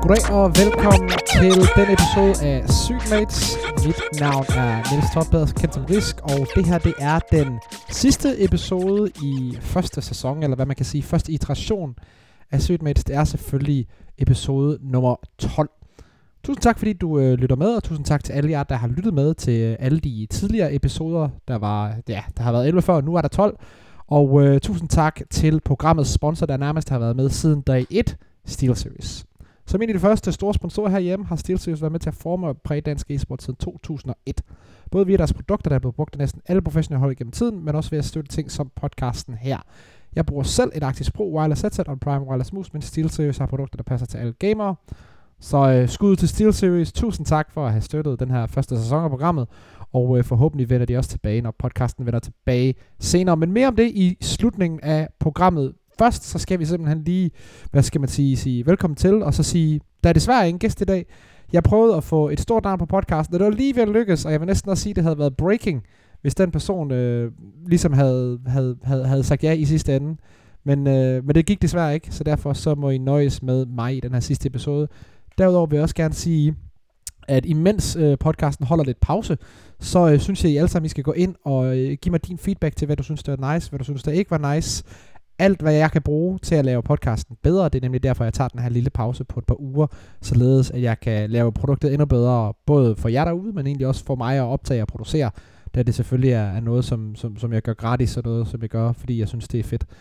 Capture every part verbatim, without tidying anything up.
Goddag og velkommen til den episode af Sygt Mates. Mit navn er Niels Topbad, kendt som Risk, og det her det er den sidste episode i første sæson, eller hvad man kan sige, første iteration af Sygt Mates. Det er selvfølgelig episode nummer tolv. Tusind tak, fordi du øh, lytter med, og tusind tak til alle jer, der har lyttet med til øh, alle de tidligere episoder. Der var, ja, der har været elleve før, nu er der tolv. Og øh, tusind tak til programmets sponsor, der nærmest har været med siden dag et, SteelSeries. Som en af de første store sponsorer herhjemme har SteelSeries været med til at forme og præge dansk e-sport siden to tusind og et. Både via deres produkter, der er blevet brugt af næsten alle professionelle hold gennem tiden, men også ved at støtte ting som podcasten her. Jeg bruger selv et Actis Pro Wireless headset og en Prime Wireless Mouse, men SteelSeries har produkter, der passer til alle gamere. Så øh, skud til SteelSeries. Tusind tak for at have støttet den her første sæson af programmet, og øh, forhåbentlig vender de også tilbage, når podcasten vender tilbage senere. Men mere om det i slutningen af programmet. Først så skal vi simpelthen lige, hvad skal man sige, sige velkommen til, og så sige, der er desværre ingen gæst i dag. Jeg prøvede at få et stort navn på podcasten, og det var lige ved at lykkes, og jeg vil næsten også sige, at det havde været breaking, hvis den person øh, ligesom havde, havde, havde, havde sagt ja i sidste ende. Men, øh, men det gik desværre ikke, så derfor så må I nøjes med mig i den her sidste episode. Derudover vil jeg også gerne sige, at imens øh, podcasten holder lidt pause, så øh, synes jeg, I alle sammen I skal gå ind og øh, give mig din feedback til, hvad du synes, der er nice, hvad du synes, der ikke var nice. Alt, hvad jeg kan bruge til at lave podcasten bedre, det er nemlig derfor, jeg tager den her lille pause på et par uger, således at jeg kan lave produktet endnu bedre, både for jer derude, men egentlig også for mig at optage og producere, da det selvfølgelig er, er noget, som, som, som jeg gør gratis, og noget, som jeg gør, fordi jeg synes, det er fedt.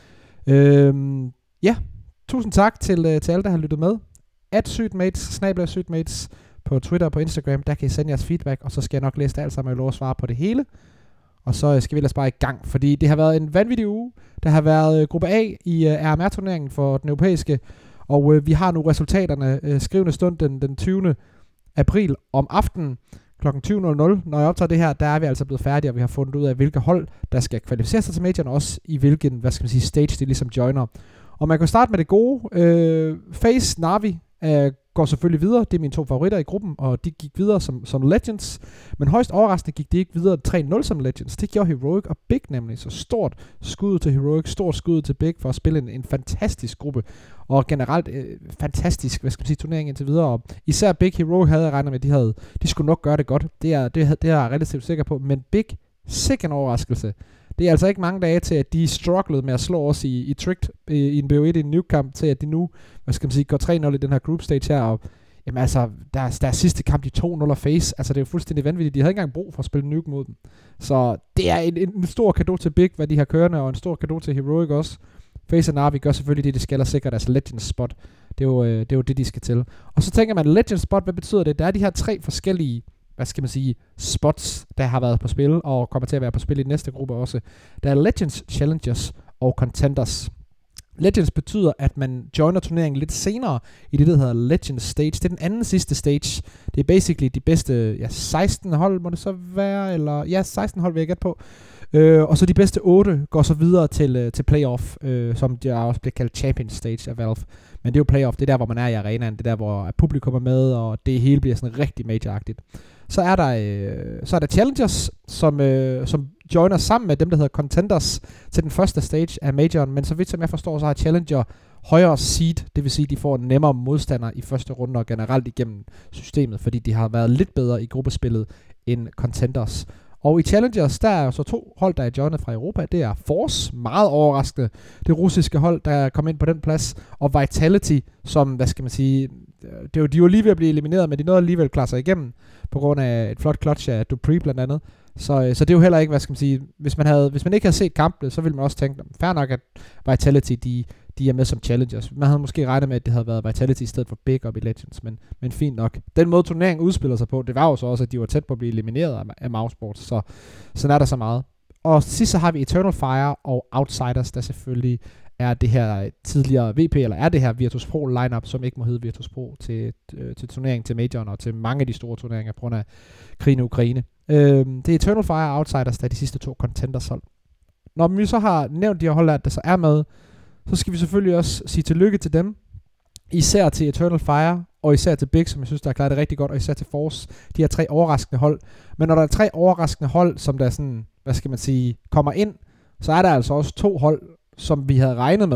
Øhm, ja, tusind tak til, til alle, der har lyttet med. at sygtmates, snabel-a sygtmates på Twitter og på Instagram, der kan I sende jeres feedback, og så skal jeg nok læse det alt sammen, og jeg lover at svare på det hele. Og så skal vi ellers bare i gang, fordi det har været en vanvittig uge. Der har været gruppe A i uh, R M R-turneringen for den europæiske, og uh, vi har nu resultaterne uh, skrivende stund den, den tyvende april om aftenen klokken tyve nul nul. Når jeg optager det her, der er vi altså blevet færdige, og vi har fundet ud af, hvilke hold, der skal kvalificere sig til majoren, og også i hvilken, hvad skal man sige, stage de ligesom joiner. Og man kan starte med det gode. Uh, FaZe Na'Vi uh, går selvfølgelig videre. Det er mine to favoritter i gruppen, og de gik videre som, som Legends. Men højst overraskende gik de ikke videre tre nul som Legends. Det gjorde Heroic og Big nemlig. Så stort skud til Heroic, stort skud til Big for at spille en, en fantastisk gruppe. Og generelt øh, fantastisk, hvad skal man sige, turnering indtil videre. Og især Big Heroic havde jeg regnet med, at de, havde, de skulle nok gøre det godt. Det er, det, det er jeg relativt sikker på. Men Big, sikkert en overraskelse. Det er altså ikke mange dage til, at de strugglede med at slå os i, i tricked i, i en B O et i en nuke-kamp, til at de nu, hvad skal man sige, går tre nul i den her group stage her, og jamen altså, deres, deres sidste kamp, de to nul og FaZe, altså det er jo fuldstændig vanvittigt. De havde ikke engang brug for at spille nuke mod dem. Så det er en, en stor cadeau til Big, hvad de har kørende, og en stor cadeau til Heroic også. FaZe og Na'Vi gør selvfølgelig det, de skal, og sikre deres Legends spot. Det er, jo, øh, det er jo det, de skal til. Og så tænker man, Legends spot, hvad betyder det? Der er de her tre forskellige, hvad skal man sige, spots, der har været på spil, og kommer til at være på spil i den næste gruppe også. Der er Legends, Challengers og Contenders. Legends betyder, at man joiner turneringen lidt senere i det, der hedder Legends Stage. Det er den anden sidste stage. Det er basically de bedste ja, seksten hold, må det så være, eller ja, seksten hold vil jeg gætte på. Øh, og så de bedste otte går så videre til, til playoff, øh, som der også bliver kaldt Champion Stage af Valve. Men det er jo playoff, det er der, hvor man er i arenaen, det er der, hvor publikum er med, og det hele bliver sådan rigtig major-agtigt. Så er der, øh, så er der Challengers, som, øh, som joiner sammen med dem, der hedder Contenders, til den første stage af majoren. Men så vidt som jeg forstår, så har Challenger højere seed, det vil sige, at de får en nemmere modstander i første runde og generelt igennem systemet, fordi de har været lidt bedre i gruppespillet end Contenders. Og i Challengers, der er så to hold, der er joinet fra Europa. Det er Force, meget overraskende, det russiske hold, der kom ind på den plads, og Vitality, som, hvad skal man sige, det er jo, de var lige ved at blive elimineret, men de nåede alligevel klare sig igennem, på grund af et flot clutch af Dupree blandt andet. Så, så det er jo heller ikke, hvad skal man sige, hvis man, havde, hvis man ikke havde set kampene, så ville man også tænke, fair nok, at Vitality, de, de er med som Challengers. Man havde måske regnet med, at det havde været Vitality i stedet for Big Up i Legends, men, men fint nok. Den måde turneringen udspiller sig på, det var jo så også, at de var tæt på at blive elimineret af, af Mousesports, så sådan er der så meget. Og sidst så har vi Eternal Fire og Outsiders, der selvfølgelig er det her tidligere V P, eller er det her Virtus Pro lineup, som ikke må hedde Virtus Pro til, øh, til turneringen, til majoren og til mange af de store turneringer på grund af krigen i Ukraine. Øh, det er Eternal Fire og Outsiders, der er de sidste to contenders hold. Når vi så har nævnt de her hold, der så er med, så skal vi selvfølgelig også sige tillykke til dem. Især til Eternal Fire, og især til Big, som jeg synes, der har klaret det rigtig godt, og især til Force. De her tre overraskende hold. Men når der er tre overraskende hold, som der sådan, hvad skal man sige, kommer ind, så er der altså også to hold, som vi havde regnet med,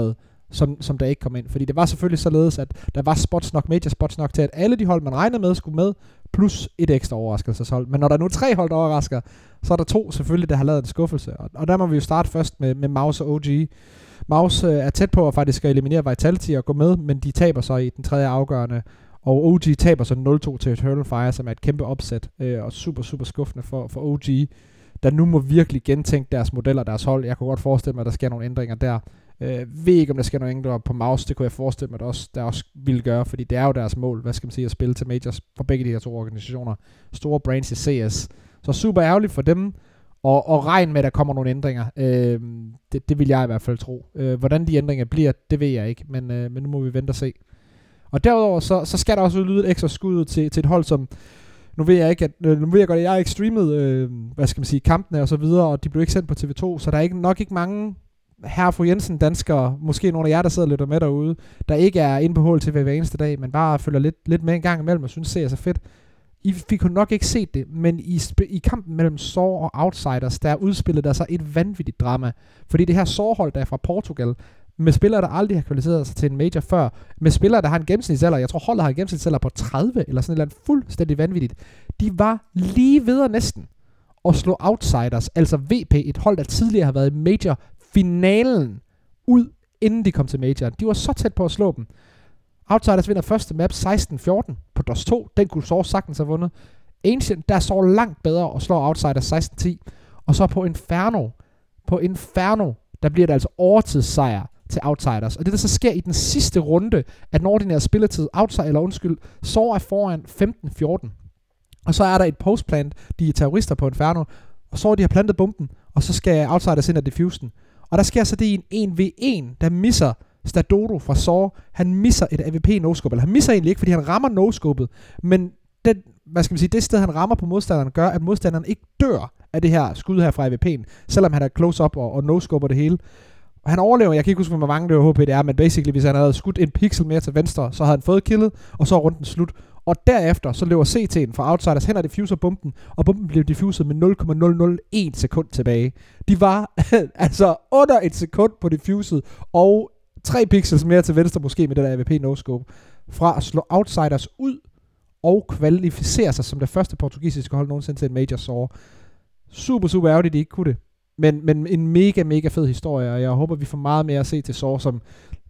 som, som der ikke kom ind. Fordi det var selvfølgelig således, at der var spots nok, major spots nok til, at alle de hold, man regnede med, skulle med, plus et ekstra overraskelseshold. Men når der nu er tre hold, der overrasker, så er der to selvfølgelig, der har lavet en skuffelse. Og, og der må vi jo starte først med, med Mouse og O G. Mouse øh, er tæt på at faktisk skal eliminere Vitality og gå med, men de taber så i den tredje afgørende. Og O G taber så nul to til Eternal Fire, som er et kæmpe opsæt, øh, og super, super skuffende for, for O G, der nu må virkelig gentænke deres modeller, deres hold. Jeg kunne godt forestille mig, at der sker nogle ændringer der. Jeg øh, ved ikke, om der sker nogle ændringer på Mouse. Det kunne jeg forestille mig, at også, der også ville gøre, fordi det er jo deres mål, hvad skal man sige, at spille til majors for begge de her to organisationer. Store brands i C S. Så super ærgerligt for dem, og, og regn med, at der kommer nogle ændringer. Øh, det, det vil jeg i hvert fald tro. Øh, hvordan de ændringer bliver, det ved jeg ikke, men, øh, men nu må vi vente og se. Og derudover, så, så skal der også lyde et ekstra skud til, til et hold, som nu ved jeg ikke, at, øh, nu ved jeg godt, at jeg har ikke streamet, øh, hvad skal man sige, kampene og så videre, og de blev ikke sendt på T V to, så der er ikke, nok ikke mange herre fru Jensen danskere, måske nogle af jer, der sidder og lytter med derude, der ikke er inde på H L T V hver eneste dag, men bare følger lidt, lidt med en gang imellem, og synes, det er så fedt. I fik jo nok ikke set det, men i, sp- i kampen mellem S O R og Outsiders, der udspillede der sig et vanvittigt drama, fordi det her S O R-hold, der er fra Portugal, med spillere, der aldrig har kvalificeret sig til en major før, med spillere, der har en gennemsnitsalder, jeg tror holdet har en gennemsnitsalder på tredive, eller sådan et eller andet fuldstændig vanvittigt, de var lige ved næsten at slå Outsiders, altså V P, et hold, der tidligere har været i major-finalen, ud, inden de kom til majoren. De var så tæt på at slå dem. Outsiders vinder første map seksten fjorten på D O S to, den kunne S O R sagtens have vundet. Ancient, der så langt bedre og slår Outsiders seksten ti, og så på Inferno, på Inferno, der bliver det altså overtidssejr til Outsiders. Og det der så sker i den sidste runde af den ordinære spilletid, Outsider, eller undskyld, S O R er foran femten fjorten. Og så er der et postplant, de er terrorister på Inferno, og så de har plantet bomben, og så skal Outsiders ind og diffuse den. Og der sker så det i en en v en, der misser Stadodo fra S O R. Han misser et A V P no-scope, eller han misser egentlig ikke, fordi han rammer no-scopet, men den, hvad skal man sige, det sted, han rammer på modstanderen, gør, at modstanderen ikke dør af det her skud her fra A V P'en, selvom han er close-up og, og no-scoper det hele. Og han overlever, jeg kan ikke huske, hvor mange det var H P det er, men basically, hvis han havde skudt en pixel mere til venstre, så havde han fået killet, og så er runden slut. Og derefter, så løber C T'en fra Outsiders hen og diffuser bomben, og bomben blev diffuset med nul komma nul nul en sekund tilbage. De var altså under et sekund på diffuset, og tre pixels mere til venstre måske med det der A V P no-scope, fra at slå Outsiders ud og kvalificere sig som det første portugisiske hold nogensinde til en major S O R. Super, super ærgerligt, de ikke kunne det. Men, men en mega, mega fed historie, og jeg håber, vi får meget mere at se til S O R, som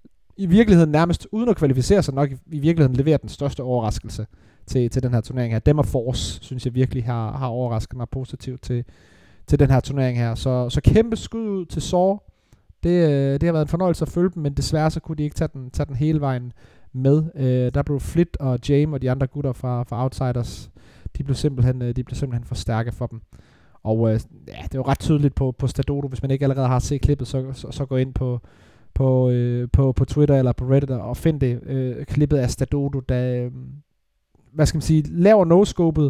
i virkeligheden nærmest uden at kvalificere sig nok i virkeligheden leverer den største overraskelse til, til den her turnering her. Dem og Force, synes jeg virkelig har, har overrasket mig positivt til, til den her turnering her. Så, så kæmpe skud ud til S O R. Det, det har været en fornøjelse at følge dem, men desværre så kunne de ikke tage den, tage den hele vejen med. Øh, der blev Flit og Jame og de andre gutter fra, fra Outsiders, de blev simpelthen, de blev simpelthen for stærke for dem. Og øh, ja, det er jo ret tydeligt på, på Stadodo, hvis man ikke allerede har set klippet, så, så, så gå ind på, på, øh, på, på Twitter eller på Reddit og find det øh, klippet af Stadodo, der, øh, hvad skal man sige, laver no-scopet,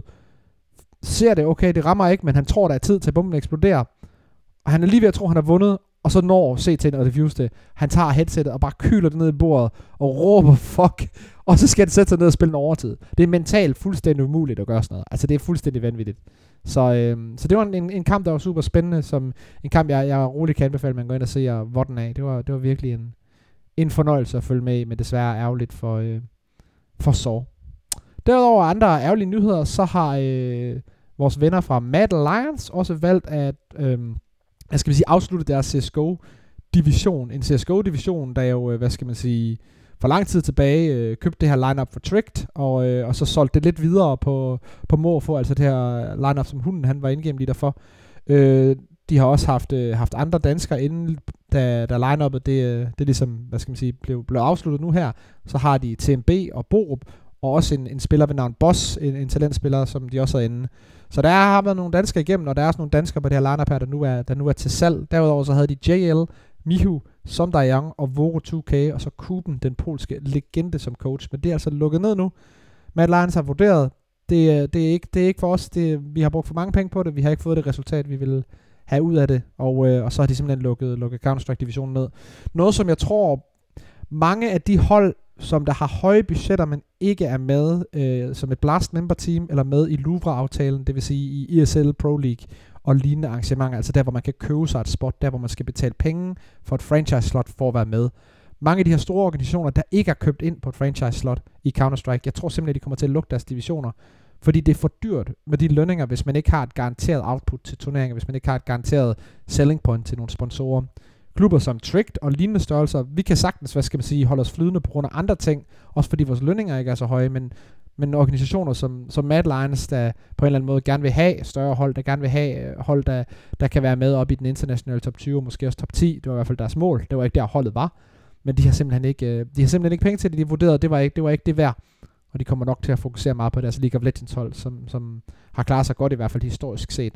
ser det, okay, det rammer ikke, men han tror, der er tid til, at bomben eksploderer, og han er lige ved at tro, han har vundet, og så når C T'en og diffuse det. Han tager headsetet og bare kyler det ned i bordet og råber fuck, og så skal han sætte sig ned og spille en overtid. Det er mentalt fuldstændig umuligt at gøre sådan noget. Altså det er fuldstændig vanvittigt. Så, øhm, så det var en, en kamp, der var super spændende, som en kamp, jeg, jeg roligt kan anbefale, man går ind og ser vodden af. Det var, det var virkelig en, en fornøjelse at følge med i, men desværre ærgerligt for, øh, for S O R. Derudover andre ærgerlige nyheder, så har øh, vores venner fra Mad Lions også valgt at øh, jeg skal sige, afslutte deres C S G O-division. En C S G O-division, der jo, hvad skal man sige, for lang tid tilbage øh, købte det her lineup for Tricked, og, øh, og så solgte det lidt videre på, på Morpho, altså det her lineup, som hunden han var indgame leader for. Øh, de har også haft, øh, haft andre danskere inden, da, da line-up'et det, det ligesom, hvad skal man sige, blev, blev afsluttet nu her. Så har de T M B og Borup, og også en, en spiller ved navn Boss, en, en talentspiller, som de også havde inde. Så der har været nogle danskere igennem, og der er også nogle danskere på det her lineup her, der nu er, der nu er til salg. Derudover så havde de J L, Mihu, Somdayang og Voro to K, og så Kuben, den polske legende som coach. Men det er altså lukket ned nu. Mad Lions har vurderet, det, det, er ikke, det er ikke for os, det, vi har brugt for mange penge på det, vi har ikke fået det resultat, vi ville have ud af det, og, øh, og så har de simpelthen lukket, lukket Counter-Strike-divisionen ned. Noget, som jeg tror, mange af de hold, som der har høje budgetter, men ikke er med øh, som et Blast member team, eller med i Louvre-aftalen, det vil sige i E S L Pro League og lignende arrangementer, altså der, hvor man kan købe sig et spot, der, hvor man skal betale penge for et franchise-slot for at være med. mange af de her store organisationer, der ikke er købt ind på et franchise-slot i Counter-Strike, jeg tror simpelthen, at de kommer til at lukke deres divisioner, fordi det er for dyrt med de lønninger, hvis man ikke har et garanteret output til turneringer, hvis man ikke har et garanteret selling point til nogle sponsorer. Klubber som Tricked og lignende størrelser, vi kan sagtens, hvad skal man sige, holde os flydende på grund af andre ting, også fordi vores lønninger ikke er så høje, men, men organisationer som, som Mad Lions, der på en eller anden måde gerne vil have større hold, der gerne vil have hold, der, der kan være med op i den internationale top tyve, måske også top ti, det var i hvert fald deres mål, det var ikke der holdet var, men de har simpelthen ikke, de har simpelthen ikke penge til det, de vurderede, det var ikke det, var ikke det værd, og de kommer nok til at fokusere meget på deres League of Legends hold, som, som har klaret sig godt i hvert fald historisk set.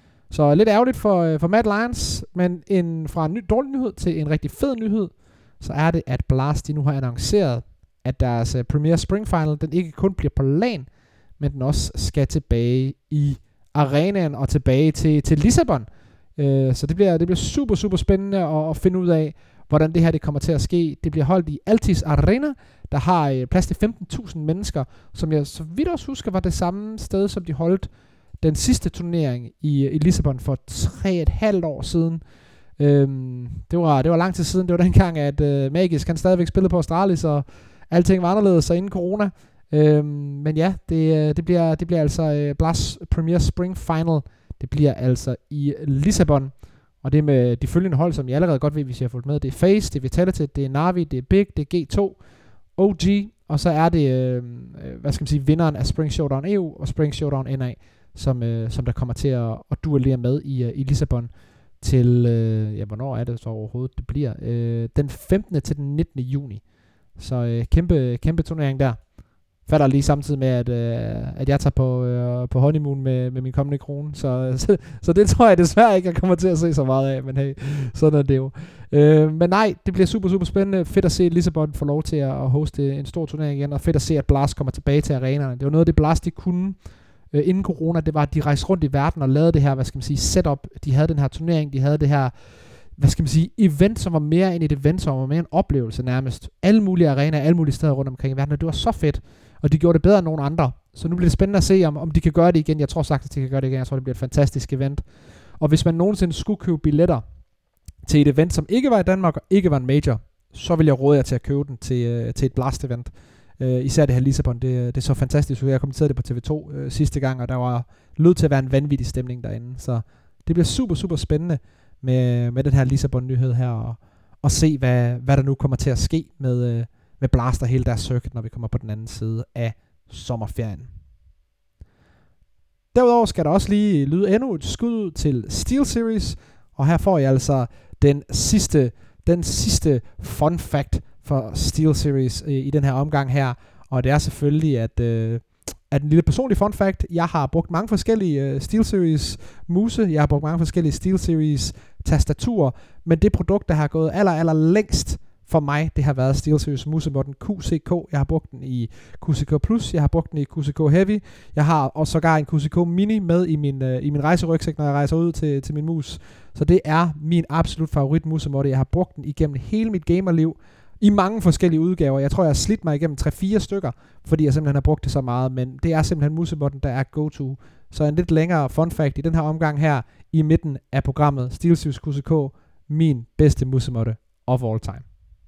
Så lidt ærgerligt for, for Mad Lions, men en, fra en ny, dårlig nyhed til en rigtig fed nyhed, så er det, at Blast de nu har annonceret, at deres uh, Premier Spring Final, den ikke kun bliver på LAN, men den også skal tilbage i arenaen og tilbage til, til Lissabon. Uh, så det bliver, det bliver super, super spændende at, at finde ud af, hvordan det her det kommer til at ske. Det bliver holdt i Altis Arena, der har uh, plads til femten tusind mennesker, som jeg så vidt også husker var det samme sted, som de holdt den sidste turnering i, i Lissabon for tre et halvt år siden. Øhm, det, var, det var lang tid siden. Det var dengang, at øh, Magisk kan stadigvæk spille på Astralis, og alting var anderledes så inden corona. Øhm, men ja, det, det, bliver, det bliver altså øh, Blast Premier Spring Final. Det bliver altså i Lissabon. Og det er med de følgende hold, som I allerede godt ved, hvis I har fulgt med. Det er FaZe, det er Vitality, det er Na'Vi, det er Big, det er G to, O G, og så er det, øh, hvad skal man sige, vinderen af Spring Showdown E U og Spring Showdown N A. Som, øh, som der kommer til at, at duellere med i, uh, i Lissabon til, øh, ja, hvornår er det så overhovedet, det bliver? Øh, den femtende til den nittende juni. Så øh, kæmpe, kæmpe turnering der. Fatter lige samtidig med, at, øh, at jeg tager på, øh, på honeymoon med, med min kommende kone. Så, så, så det tror jeg desværre ikke, jeg kommer til at se så meget af, men hey, sådan er det jo. Øh, men nej, det bliver super, super spændende. Fedt at se, at Lissabon får lov til at, at hoste en stor turnering igen, og fedt at se, at Blast kommer tilbage til arenaerne. Det var noget af det, Blast de kunne Uh, inden corona, det var, at de rejste rundt i verden og lavede det her, hvad skal man sige, setup. De havde den her turnering, de havde det her, hvad skal man sige, event, som var mere end et event, som var mere en oplevelse nærmest. Alle mulige arenaer, alle mulige steder rundt omkring i verden, og det var så fedt, og de gjorde det bedre end nogen andre. Så nu bliver det spændende at se, om, om de kan gøre det igen. Jeg tror sagtens, de kan gøre det igen. Jeg tror, det bliver et fantastisk event. Og hvis man nogensinde skulle købe billetter til et event, som ikke var i Danmark og ikke var en major, så vil jeg råde jer til at købe den til, uh, til et Blast-event. Uh, især det her Lissabon, det, det er så fantastisk. Jeg kommenterede det på T V to uh, sidste gang, og der var lød til at være en vanvittig stemning derinde. Så det bliver super, super spændende med, med den her Lissabon-nyhed her, og, og se, hvad, hvad der nu kommer til at ske med, uh, med Blast og hele deres circuit, når vi kommer på den anden side af sommerferien. Derudover skal der også lige lyde endnu et skud til SteelSeries, og her får jeg altså den sidste, den sidste fun fact for SteelSeries øh, i den her omgang her, og det er selvfølgelig, at, øh, at en lille personlig fun fact, jeg har brugt mange forskellige øh, SteelSeries muse, jeg har brugt mange forskellige SteelSeries tastaturer, men det produkt, der har gået aller, aller længst for mig, det har været SteelSeries musemodden Q C K. Jeg har brugt den i Q C K Plus, jeg har brugt den i Q C K Heavy, jeg har også sågar en Q C K Mini med i min, øh, i min rejserygsæk, når jeg rejser ud til, til min mus. Så det er min absolut favorit musemodde. Jeg har brugt den igennem hele mit gamerliv, i mange forskellige udgaver. Jeg tror, jeg har slidt mig igennem tre fire stykker, fordi jeg simpelthen har brugt det så meget, men det er simpelthen musemodden, der er go-to. Så en lidt længere fun fact i den her omgang her, i midten af programmet, SteelSeries Q C K, min bedste musemodde of all time.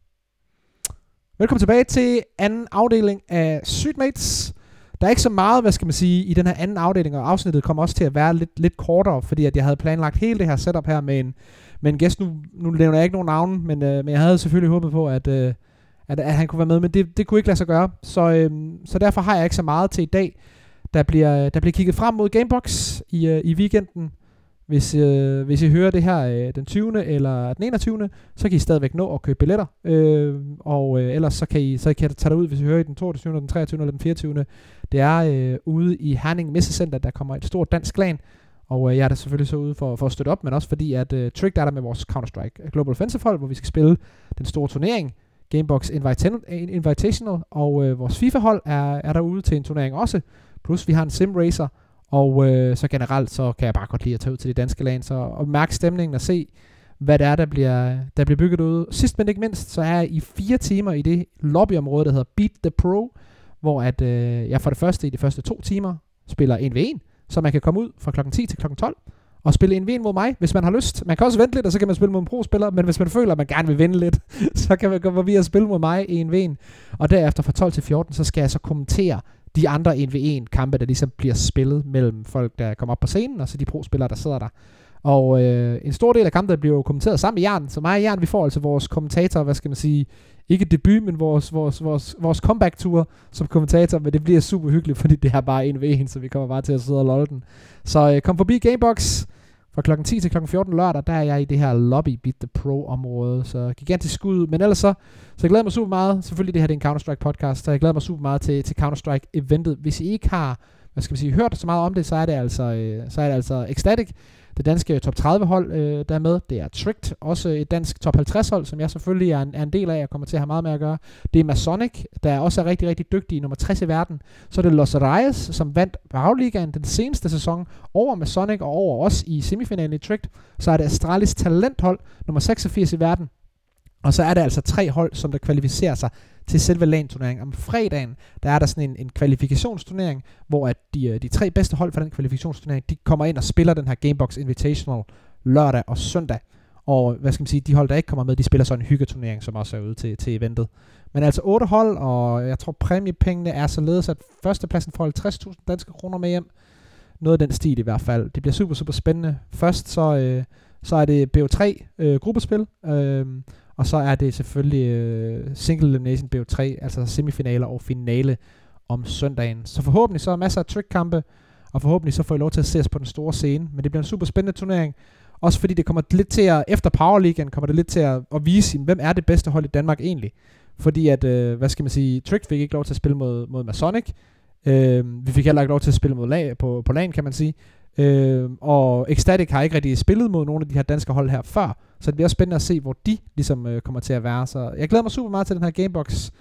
Velkommen tilbage til anden afdeling af Sytmates. Der er ikke så meget, hvad skal man sige, i den her anden afdeling, og afsnittet kommer også til at være lidt, lidt kortere, fordi at jeg havde planlagt hele det her setup her med en, med en gæst. Nu, nu nævner jeg ikke nogen navne, men, øh, men jeg havde selvfølgelig håbet på, at, øh, at, at han kunne være med, men det, det kunne ikke lade sig gøre. Så, øh, så derfor har jeg ikke så meget til i dag. Der bliver, der bliver kigget frem mod Gamebox i, øh, i weekenden. Hvis, øh, hvis I hører det her øh, den tyvende eller den enogtyvende, så kan I stadigvæk nå at købe billetter. Øh, og øh, ellers så kan I så kan I tage derud, hvis I hører i den toogtyvende, den treogtyvende eller den fireogtyvende. Det er øh, ude i Herning Messecenter, der kommer et stort dansk klan. Og øh, jeg er der selvfølgelig så ude for, for at støtte op, men også fordi, at øh, Trick er der med vores Counter-Strike Global Offensive hold, hvor vi skal spille den store turnering, Gamebox Invitational, og øh, vores FIFA-hold er, er derude til en turnering også. Plus vi har en Sim Racer, og øh, så generelt, så kan jeg bare godt lide at tage ud til de danske lande, så og mærke stemningen og se, hvad det er, der bliver, der bliver bygget ud. Sidst men ikke mindst, så er jeg i fire timer i det lobbyområde, der hedder Beat the Pro, hvor at, øh, jeg for det første i de første to timer spiller en ved en, så man kan komme ud fra klokken ti til klokken tolv, og spille en V mod mig, hvis man har lyst. Man kan også vente lidt, og så kan man spille mod en pro-spiller, men hvis man føler, at man gerne vil vinde lidt, så kan man gå forbi og spille mod mig i en V. Og derefter fra tolv til fjorten, så skal jeg så kommentere de andre en V en-kampe, der ligesom bliver spillet mellem folk, der kommer op på scenen, og så de pro-spillere, der sidder der. Og øh, en stor del af kampen bliver jo kommenteret sammen med Jern. Så mig og Jern, vi får altså vores kommentator, hvad skal man sige, ikke debut, men vores, vores, vores, vores comeback-tur som kommentator, men det bliver super hyggeligt, fordi det er bare en ved en, så vi kommer bare til at sidde og lolle den. Så øh, kom forbi Gamebox fra klokken ti til klokken fjorten lørdag, der er jeg i det her Lobby Beat the Pro-område, så gigantisk skud. Men ellers så, så jeg glæder mig super meget, selvfølgelig det her det er en Counter-Strike podcast, så jeg glæder mig super meget til, til Counter-Strike-eventet. Hvis I ikke har, hvad skal man sige, hørt så meget om det, så er det altså, øh, så er det altså Ecstatic, det danske top tredive hold, øh, der er med. Det er Tricked, også et dansk top halvtreds hold, som jeg selvfølgelig er en, er en del af, og kommer til at have meget med at gøre. Det er Masonic, der også er rigtig, rigtig dygtig, nummer tres i verden. Så er det Los Reyes, som vandt Powerligaen den seneste sæson over Masonic og over os i semifinalen i Tricked. Så er det Astralis talenthold, nummer seksogfirs i verden. Og så er der altså tre hold, som der kvalificerer sig til selve LAN-turneringen. Om fredagen, der er der sådan en, en kvalifikationsturnering, hvor at de, de tre bedste hold fra den kvalifikationsturnering, de kommer ind og spiller den her Gamebox Invitational lørdag og søndag. Og hvad skal man sige, de hold, der ikke kommer med, de spiller så en hyggeturnering, som også er ude til, til eventet. Men altså otte hold, og jeg tror præmiepengene er således, at førstepladsen får halvtreds tusind danske kroner med hjem. Noget af den stil i hvert fald. Det bliver super, super spændende. Først så, øh, så er det B O tre øh, gruppespil, øh, og så er det selvfølgelig øh, single elimination B O tre, altså semifinaler og finale om søndagen. Så forhåbentlig så er masser af trickkampe, og forhåbentlig så får I lov til at se os på den store scene. Men det bliver en super spændende turnering, også fordi det kommer lidt til at, efter Powerligaen kommer det lidt til at, at vise, hvem er det bedste hold i Danmark egentlig. Fordi at, øh, hvad skal man sige, Tricked fik ikke lov til at spille mod, mod Masonic. Øh, vi fik heller ikke lov til at spille mod lag, på, på LAN, kan man sige. Øh, og Ecstatic har ikke rigtig spillet mod nogle af de her danske hold her før, så det bliver også spændende at se, hvor de ligesom øh, kommer til at være. Så jeg glæder mig super meget til den her Gamebox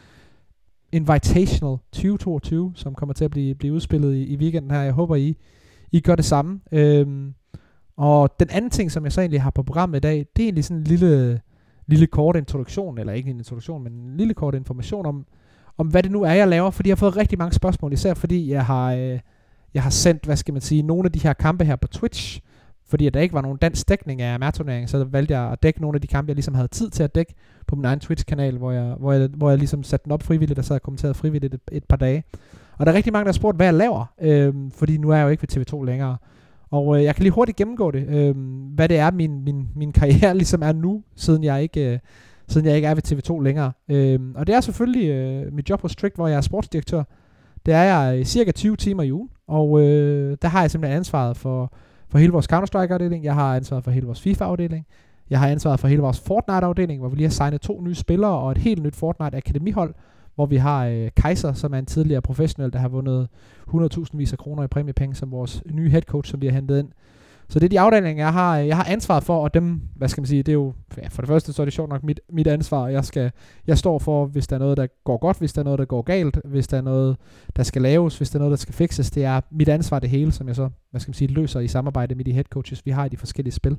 Invitational tyve toogtyve, som kommer til at blive, blive udspillet i, i weekenden her. Jeg håber, I, I gør det samme. Øh, og den anden ting, som jeg så egentlig har på programmet i dag, det er egentlig sådan en lille, lille kort introduktion, eller ikke en introduktion, men en lille kort information om, om hvad det nu er, jeg laver, fordi jeg har fået rigtig mange spørgsmål, især fordi jeg har... Øh, Jeg har sendt, hvad skal man sige, nogle af de her kampe her på Twitch, fordi at der ikke var nogen dansk dækning af M R-turneringen, så valgte jeg at dække nogle af de kampe, jeg ligesom havde tid til at dække på min egen Twitch-kanal, hvor jeg, hvor jeg, hvor jeg ligesom satte den op frivilligt, og så havde jeg kommenteret frivilligt et, et par dage. Og der er rigtig mange, der har spurgt, hvad jeg laver, øhm, fordi nu er jeg jo ikke ved T V to længere. Og øh, jeg kan lige hurtigt gennemgå det, øhm, hvad det er, min, min, min karriere ligesom er nu, siden jeg ikke, øh, siden jeg ikke er ved T V to længere. Øhm, og det er selvfølgelig øh, mit job hos Tricked, hvor jeg er sportsdirektør. Det er jeg cirka tyve timer i ugen, og øh, der har jeg simpelthen ansvaret for, for hele vores Counter-Strike-afdeling. Jeg har ansvaret for hele vores FIFA-afdeling. Jeg har ansvaret for hele vores Fortnite-afdeling, hvor vi lige har signet to nye spillere og et helt nyt Fortnite-akademihold, hvor vi har øh, Kaiser, som er en tidligere professionel, der har vundet hundrede tusind vis af kroner i præmiepenge, som vores nye head coach, som vi har hentet ind. Så det er de afdelinger, jeg har, jeg har ansvaret for, og dem, hvad skal man sige, det er jo, ja, for det første, så er det sjovt nok mit, mit ansvar. Jeg, skal, jeg står for, hvis der er noget, der går godt, hvis der er noget, der går galt, hvis der er noget, der skal laves, hvis der er noget, der skal fikses. Det er mit ansvar det hele, som jeg så, hvad skal man sige, løser i samarbejde med de head coaches, vi har i de forskellige spil.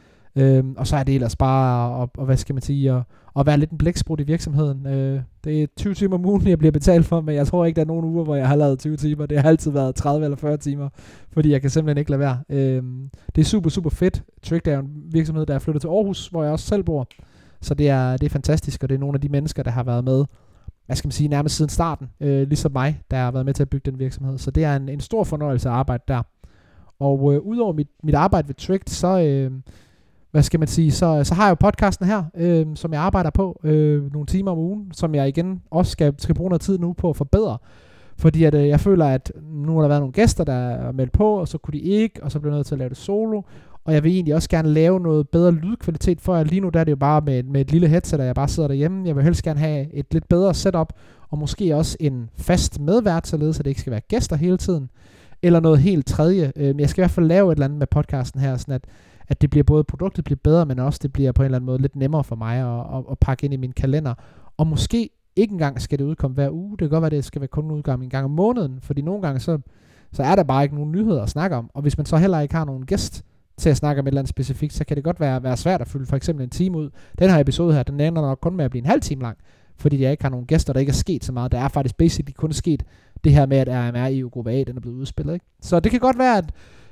Øhm, og så er det ellers bare at, og, hvad skal man sige, at, at være lidt en blæksprut i virksomheden. Øh, det er tyve timer om ugen, jeg bliver betalt for, men jeg tror ikke, der er nogen uger, hvor jeg har lavet tyve timer. Det har altid været tredive eller fyrre timer, fordi jeg kan simpelthen ikke lade være. Øh, det er super, super fedt. Tricked er en virksomhed, der er flyttet til Aarhus, hvor jeg også selv bor. Så det er, det er fantastisk, og det er nogle af de mennesker, der har været med, hvad skal man sige, nærmest siden starten, øh, ligesom mig, der har været med til at bygge den virksomhed. Så det er en, en stor fornøjelse at arbejde der. Og øh, udover mit, mit arbejde ved Tricked, så... Øh, Hvad skal man sige, så, så har jeg jo podcasten her, øh, som jeg arbejder på øh, nogle timer om ugen, som jeg igen også skal, skal bruge noget tid nu på at forbedre. Fordi at, øh, jeg føler, at nu har der været nogle gæster, der er meldt på, og så kunne de ikke, og så blev jeg nødt til at lave det solo. Og jeg vil egentlig også gerne lave noget bedre lydkvalitet, for lige nu der er det jo bare med, med et lille headset, og jeg bare sidder derhjemme. Jeg vil helst gerne have et lidt bedre setup, og måske også en fast medvært, således at det ikke skal være gæster hele tiden. Eller noget helt tredje. Øh, jeg skal i hvert fald lave et eller andet med podcasten her, sådan at at det bliver både produktet bliver bedre, men også det bliver på en eller anden måde lidt nemmere for mig at, at, at pakke ind i min kalender. Og måske ikke engang skal det udkomme hver uge. Det kan godt være, at det skal være kun udkomme en gang om måneden, fordi nogle gange så, så er der bare ikke nogen nyheder at snakke om. Og hvis man så heller ikke har nogen gæst til at snakke om et eller andet specifikt, så kan det godt være, være svært at fylde for eksempel en time ud. Den her episode her, den ender nok kun med at blive en halv time lang, fordi jeg ikke har nogen gæster, der ikke er sket så meget. Der er faktisk basically kun sket det her med, at R M R i gruppe A, den er blevet udspillet. Ikke? Så det kan godt være, at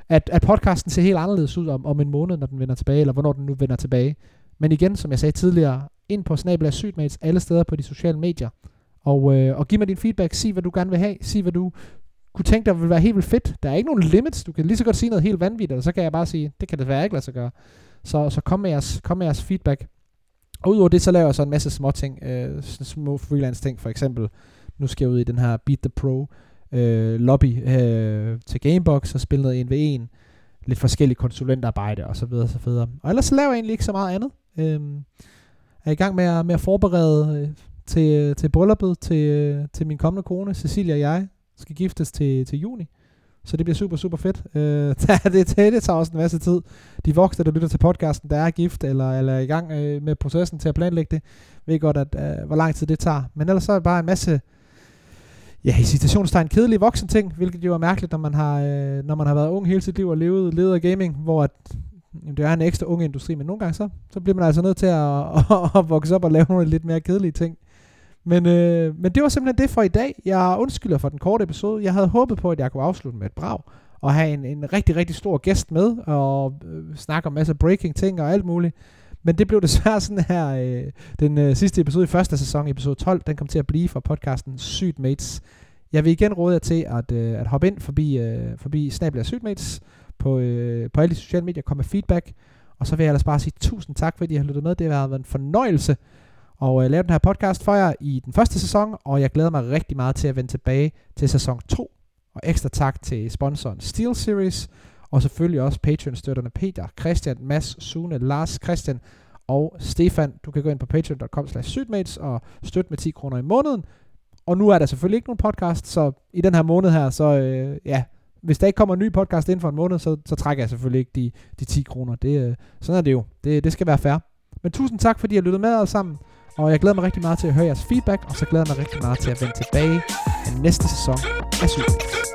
at, at podcasten ser helt anderledes ud om, om en måned, når den vender tilbage, eller hvornår den nu vender tilbage. Men igen, som jeg sagde tidligere, ind på snabel-a Sytmates alle steder på de sociale medier, og, øh, og giv mig din feedback, sig hvad du gerne vil have, sig hvad du kunne tænke dig ville være helt vildt fedt. Der er ikke nogen limits, du kan lige så godt sige noget helt vanvittigt, og så kan jeg bare sige, det kan det være ikke lade sig gøre. Så, så kom, med jeres, kom med jeres feedback. Og udover det, så laver jeg så en masse små ting, øh, små freelance ting, for eksempel, nu skal jeg ud i den her Beat the Pro øh, lobby øh, til Gamebox, og spille noget en ved en, lidt forskellige konsulentarbejde, og så videre, så videre. Og ellers så laver jeg egentlig ikke så meget andet. Øh, er i gang med at, med at forberede øh, til, til brylluppet, til, øh, til min kommende kone, Cecilia og jeg, skal giftes til, til juni. Så det bliver super, super fedt. Øh, det, det, det tager også en masse tid. De voksne, der lytter til podcasten, der er gift, eller, eller er i gang øh, med processen til at planlægge det, ved godt, at, øh, hvor lang tid det tager. Men ellers så er det bare en masse, ja, i citationstegn, kedelige voksen ting, hvilket jo er mærkeligt, når man har, øh, når man har været ung hele sit liv og levet, levet af gaming, hvor at, jamen, det er en ekstra ung industri, men nogle gange så, så bliver man altså nødt til at, at, at vokse op og lave nogle lidt mere kedelige ting. Men, øh, men det var simpelthen det for i dag. Jeg undskylder for den korte episode. Jeg havde håbet på, at jeg kunne afslutte med et brag og have en, en rigtig, rigtig stor gæst med og øh, snakke om masser af breaking ting og alt muligt. Men det blev desværre sådan her, øh, den øh, sidste episode i første sæson, episode tolv, den kom til at blive fra podcasten Sytmates. Jeg vil igen råde jer til at, øh, at hoppe ind forbi, øh, forbi snabel-a Sytmates på, øh, på alle de sociale medier, kom med feedback. Og så vil jeg ellers bare sige tusind tak, fordi I har lyttet med. Det har været en fornøjelse og øh, lave den her podcast for jer i den første sæson, og jeg glæder mig rigtig meget til at vende tilbage til sæson to. Og ekstra tak til sponsoren SteelSeries, og selvfølgelig også Patreon-støtterne Peter, Christian, Mads, Sune, Lars, Christian og Stefan. Du kan gå ind på patreon punktum com slash sytmates og støtte med ti kroner i måneden. Og nu er der selvfølgelig ikke nogen podcast, så i den her måned her, så øh, ja, hvis der ikke kommer en ny podcast inden for en måned, så, så trækker jeg selvfølgelig ikke de, de ti kroner. Det, øh, sådan er det jo. Det, det skal være fair. Men tusind tak, fordi I har lyttet med alle sammen. Og jeg glæder mig rigtig meget til at høre jeres feedback, og så glæder jeg mig rigtig meget til at vende tilbage i næste sæson af Sytmates.